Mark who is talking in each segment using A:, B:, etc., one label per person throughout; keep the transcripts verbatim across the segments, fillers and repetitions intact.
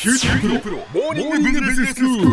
A: キューティープロモーニングビジネススクール。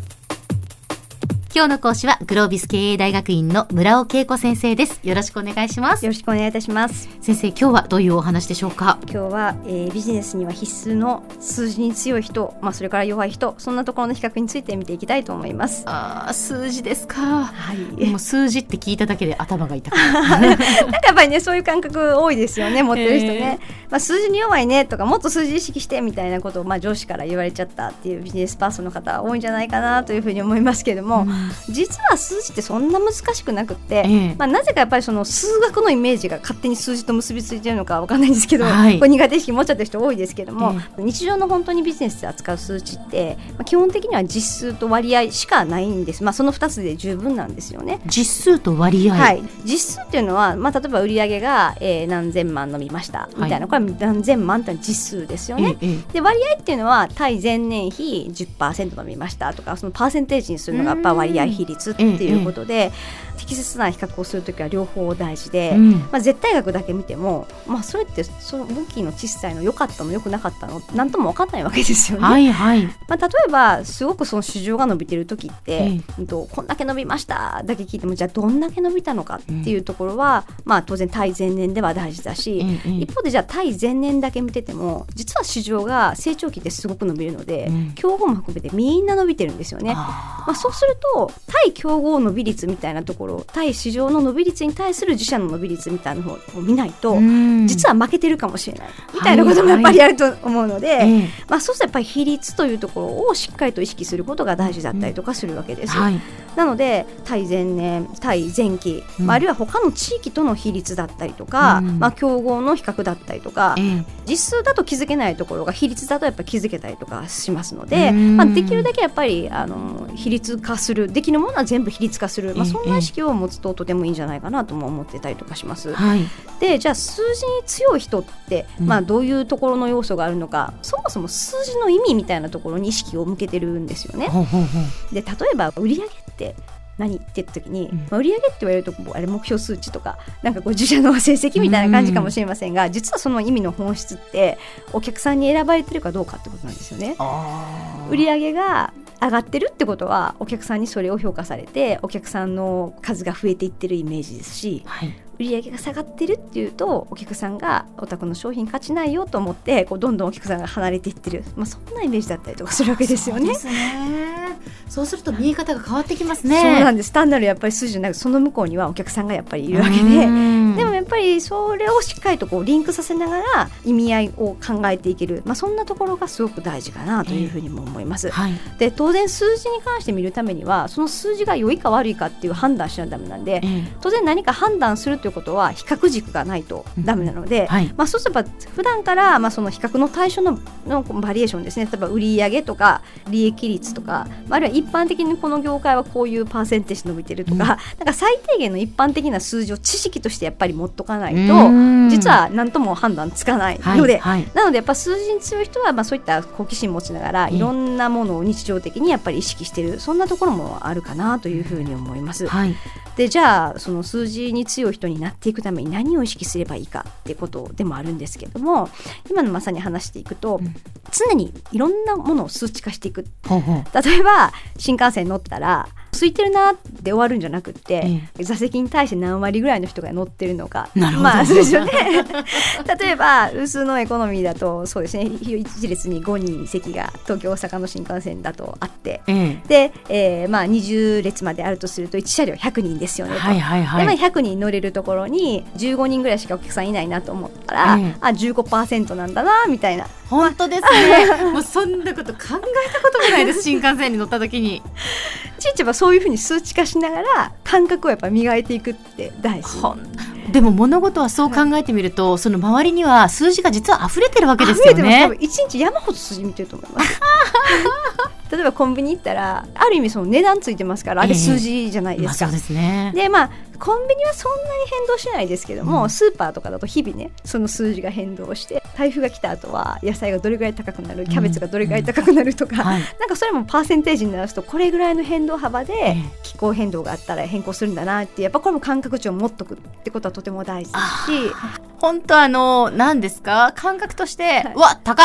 B: 今日の講師はグロービス経営大学院の村尾恵子先生です。よろしくお願いします。
C: よろしくお願いいたします。
B: 先生、今日はどういうお話でしょうか？
C: 今日は、えー、ビジネスには必須の数字に強い人、まあ、それから弱い人、そんなところの比較について見ていきたいと思います。
B: あー、数字ですか。
C: はい、
B: もう数字って聞いただけで頭が痛くなる
C: なんかやっぱりね、そういう感覚多いですよね、持ってる人ね、えーまあ、数字に弱いねとか、もっと数字意識してみたいなことを、まあ、上司から言われちゃったっていうビジネスパーソンの方は多いんじゃないかなというふうに思いますけれども、うん、実は数字ってそんな難しくなくって、えーまあ、なぜかやっぱりその数学のイメージが勝手に数字と結びついているのかわかんないんですけど、はい、これ苦手意識持っちゃってる人多いですけども、えー、日常の本当にビジネスで扱う数値って、まあ、基本的には実数と割合しかないんです。まあ、そのふたつで十分なんですよね。
B: 実数と割合、
C: はい、実数っていうのは、まあ、例えば売上が、えー、何千万伸びましたみたいな、はい、これは何千万ってのは実数ですよね、えー、で割合っていうのは対前年比 じゅっパーセント 伸びましたとか、そのパーセンテージにするのがやっぱ割合比率っていうことで、えーえー適切な比較をするときは両方大事で、うんまあ、絶対額だけ見ても、まあ、それってその武器の小さいの良かったの良くなかったのなんとも分かんないわけですよね、
B: はいはい
C: まあ、例えばすごくその市場が伸びてるときって、うん、とこんだけ伸びましただけ聞いても、じゃあどんだけ伸びたのかっていうところは、うんまあ、当然対前年では大事だし、うんうん、一方でじゃあ対前年だけ見てても実は市場が成長期ってすごく伸びるので、うん、競合も含めてみんな伸びてるんですよね。あ、まあ、そうすると対競合伸び率みたいなところ、対市場の伸び率に対する自社の伸び率みたいなのを見ないと、実は負けてるかもしれないみたいなこともやっぱりあると思うので、はいはいまあ、そうするとやっぱり比率というところをしっかりと意識することが大事だったりとかするわけです、うんはい、なので対前年対前期、うんまあ、あるいは他の地域との比率だったりとか、うんまあ、競合の比較だったりとか、うん、実数だと気づけないところが比率だとやっぱり気づけたりとかしますので、うんまあ、できるだけやっぱりあの比率化する、できるものは全部比率化する、まあ、そんな意識を持つととてもいいんじゃないかなとも思ってたりとかします、はい、でじゃあ数字に強い人って、まあ、どういうところの要素があるのか、うん、そもそも数字の意味みたいなところに意識を向けてるんですよね。ほうほうほう。で例えば売上って何って言った時に、うんまあ、売上って言われるとあれ目標数値とかなんかこう自社の成績みたいな感じかもしれませんが、うん、実はその意味の本質ってお客さんに選ばれてるかどうかってことなんですよね。あ売上が上がってるってことはお客さんにそれを評価されてお客さんの数が増えていってるイメージですし、はい、売上が下がってるっていうとお客さんがお宅の商品価値ないよと思ってこうどんどんお客さんが離れていってる、まあ、そんなイメージだったりとかするわけですよね。
B: そうですね。そうすると見え方が変わってきますね。
C: そうなんです。単なるやっぱり数字じゃなくその向こうにはお客さんがやっぱりいるわけで、でもやっぱりそれをしっかりとこうリンクさせながら意味合いを考えていける、まあ、そんなところがすごく大事かなというふうにも思います、えーはい、で当然数字に関して見るためにはその数字が良いか悪いかっていう判断しないとダメなんで、えー、当然何か判断するということは比較軸がないとダメなので、うんはいまあ、そうすれば普段からまあその比較の対象 の, のバリエーションですね。例えば売上とか利益率とか、あるいは一般的にこの業界はこういうパーセンテージ伸びてるとか、うん、なんか最低限の一般的な数字を知識としてやっぱり持っとかないと実は何とも判断つかないので、はいはい、なのでやっぱ数字に強い人はまあそういった好奇心持ちながらいろんなものを日常的にやっぱり意識している、そんなところもあるかなというふうに思います、はい、でじゃあその数字に強い人になっていくために何を意識すればいいかってことでもあるんですけれども、今のまさに話していくと、うん、常にいろんなものを数値化していく、ほうほう。例えば新幹線乗ったら空いてるなって終わるんじゃなくって、ええ、座席に対して何割ぐらいの人が乗ってるのか、
B: なるほど、
C: まあそうですよね例えば普通のエコノミーだとそうですね、一列にごにん席が東京大阪の新幹線だとあって、ええ、で、えーまあ、にじゅう列まであるとするといち車両ひゃくにんですよねと、はいはいはい、でまあ、ひゃくにん乗れるところにじゅうごにんぐらいしかお客さんいないなと思ったら、ええ、あ じゅうごパーセント なんだなみたいな。
B: 本当ですねもうそんなこと考えたこともないです新幹線に乗った時に
C: ちいちはそういうふうに数値化しながら感覚をやっぱ磨いていくって大事。
B: でも物事はそう考えてみると、はい、その周りには数字が実は溢れてるわけですよね。
C: 多分いちにち山ほど数字見てると思います例えばコンビニ行ったらある意味その値段ついてますから、あれ数字じゃないですか、
B: えーまあ、そうですね。
C: でまあコンビニはそんなに変動しないですけども、うん、スーパーとかだと日々ねその数字が変動して、台風が来た後は野菜がどれぐらい高くなる、キャベツがどれぐらい高くなるとか、うんはい、なんかそれもパーセンテージになるとこれぐらいの変動幅で気候変動があったら変更するんだなって、やっぱこれも感覚値を持っとくってことはとても大事ですし、
B: 本当あの何ですか、感覚として、はい、うわ高っ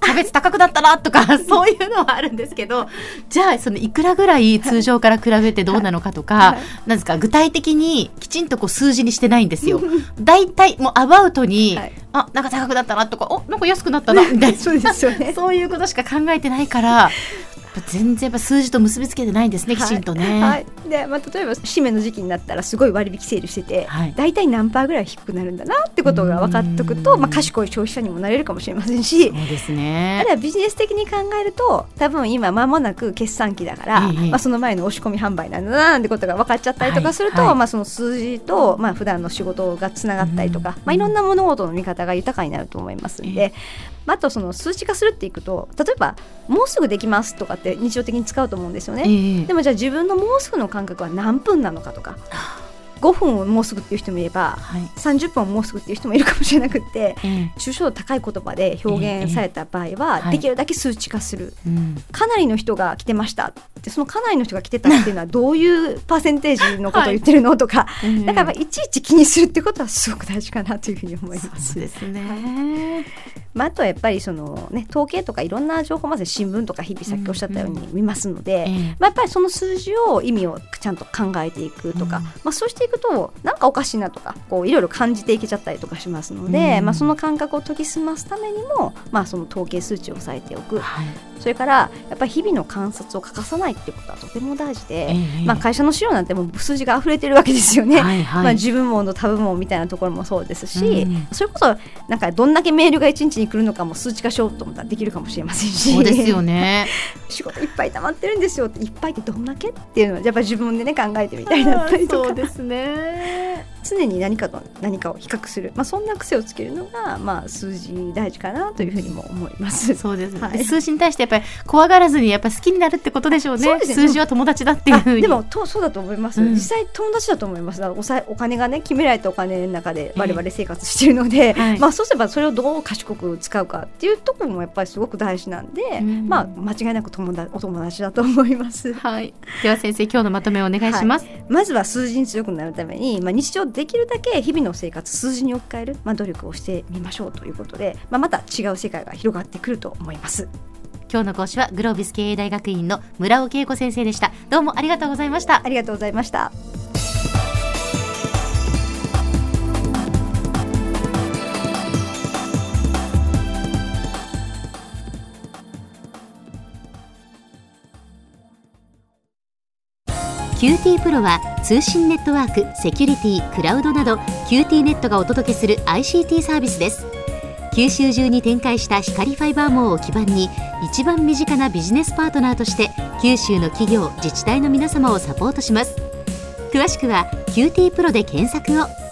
B: キャベツ高くなったなとかそういうのはあるんですけど、じゃあそのいくらぐらい通常から比べてどうなのかとか、はいはい、なんですか、具体的にきちんとこう数字にしてないんですよ。だいたいもうアバウトに、はい、あ、なんか高くなったなとか、お、なんか安くなったなみたいな
C: そうですよね。
B: そういうことしか考えてないから全然やっぱ数字と結びつけてないんですね、きちんとね。
C: はいはい、で、まあ、例えば締めの時期になったらすごい割引セールしてて、はい、だいたい何パーぐらい低くなるんだなってことが分かっておくと、まあ、賢い消費者にもなれるかもしれませんし、
B: そうですね、
C: あるいはビジネス的に考えると多分今間もなく決算期だから、ええ、まあ、その前の押し込み販売なんだなってことが分かっちゃったりとかすると、はいはい、まあ、その数字と、まあ、普段の仕事がつながったりとか、まあ、いろんな物事の見方が豊かになると思いますので、ええ、あとその数値化するっていくと、例えばもうすぐできますとかって日常的に使うと思うんですよね、えー、でもじゃあ自分のもうすぐの間隔は何分なのかとか、ごふんをもうすぐっていう人もいれば、はい、さんじゅっぷんをもうすぐっていう人もいるかもしれなくて、えー、抽象度高い言葉で表現された場合は、えー、できるだけ数値化する、はい、かなりの人が来てましたって、そのかなりの人が来てたっていうのはどういうパーセンテージのことを言ってるの、はい、とか、だからいちいち気にするってことはすごく大事かなというふうに思います。
B: そうですね、はい、
C: まあ、あとはやっぱりその、ね、統計とかいろんな情報、まず新聞とか日々さっきおっしゃったように見ますので、うんうん、まあ、やっぱりその数字を意味をちゃんと考えていくとか、うん、まあ、そうしていくとなんかおかしいなとかこういろいろ感じていけちゃったりとかしますので、うん、まあ、その感覚を研ぎ澄ますためにも、まあ、その統計数値を抑えておく、はい、それからやっぱり日々の観察を欠かさないっていうことはとても大事で、えーまあ、会社の資料なんてもう数字が溢れてるわけですよね、はいはい、まあ、自分もの他部門みたいなところもそうですし、うん、それこそなんかどんだけメールがいちにちに来るのかも数値化しようと思ったらできるかもしれませんし、
B: そうですよね
C: 仕事いっぱい溜まってるんですよって、いっぱいってどんだけっていうのはやっぱり自分でね考えてみたいだったりとか、
B: そうですね、
C: 常に何かと何かを比較する、まあ、そんな癖をつけるのが、まあ、数字大事かなというふうにも思います。
B: そうですね、はい、数字に対してやっぱり怖がらずにやっぱ好きになるってことでしょうね。そうですね、数字は友達だっていうふうに。
C: でもとそうだと思います、うん、実際友達だと思います。おさお金がね決められたお金の中で我々生活しているので、えーはい、まあ、そうすればそれをどう賢く使うかっていうところもやっぱりすごく大事なんで、うん、まあ、間違いなく友達お友達だと思います、
B: はい、では先生今日のまとめをお願いします、はい、
C: まずは数字に強くなるために、まあ、日常できるだけ日々の生活数字に置き換える、まあ、努力をしてみましょうということで、まあ、また違う世界が広がってくると思います。
B: 今日の講師はグロービス経営大学院の村尾恵子先生でした。どうもありがとうございました。
C: ありがとうございました。
B: キューティー プロは通信ネットワーク、セキュリティ、クラウドなど キューティー ネットがお届けする アイシーティー サービスです。九州中に展開した光ファイバー網を基盤に一番身近なビジネスパートナーとして九州の企業、自治体の皆様をサポートします。詳しくは キューティー プロで検索を。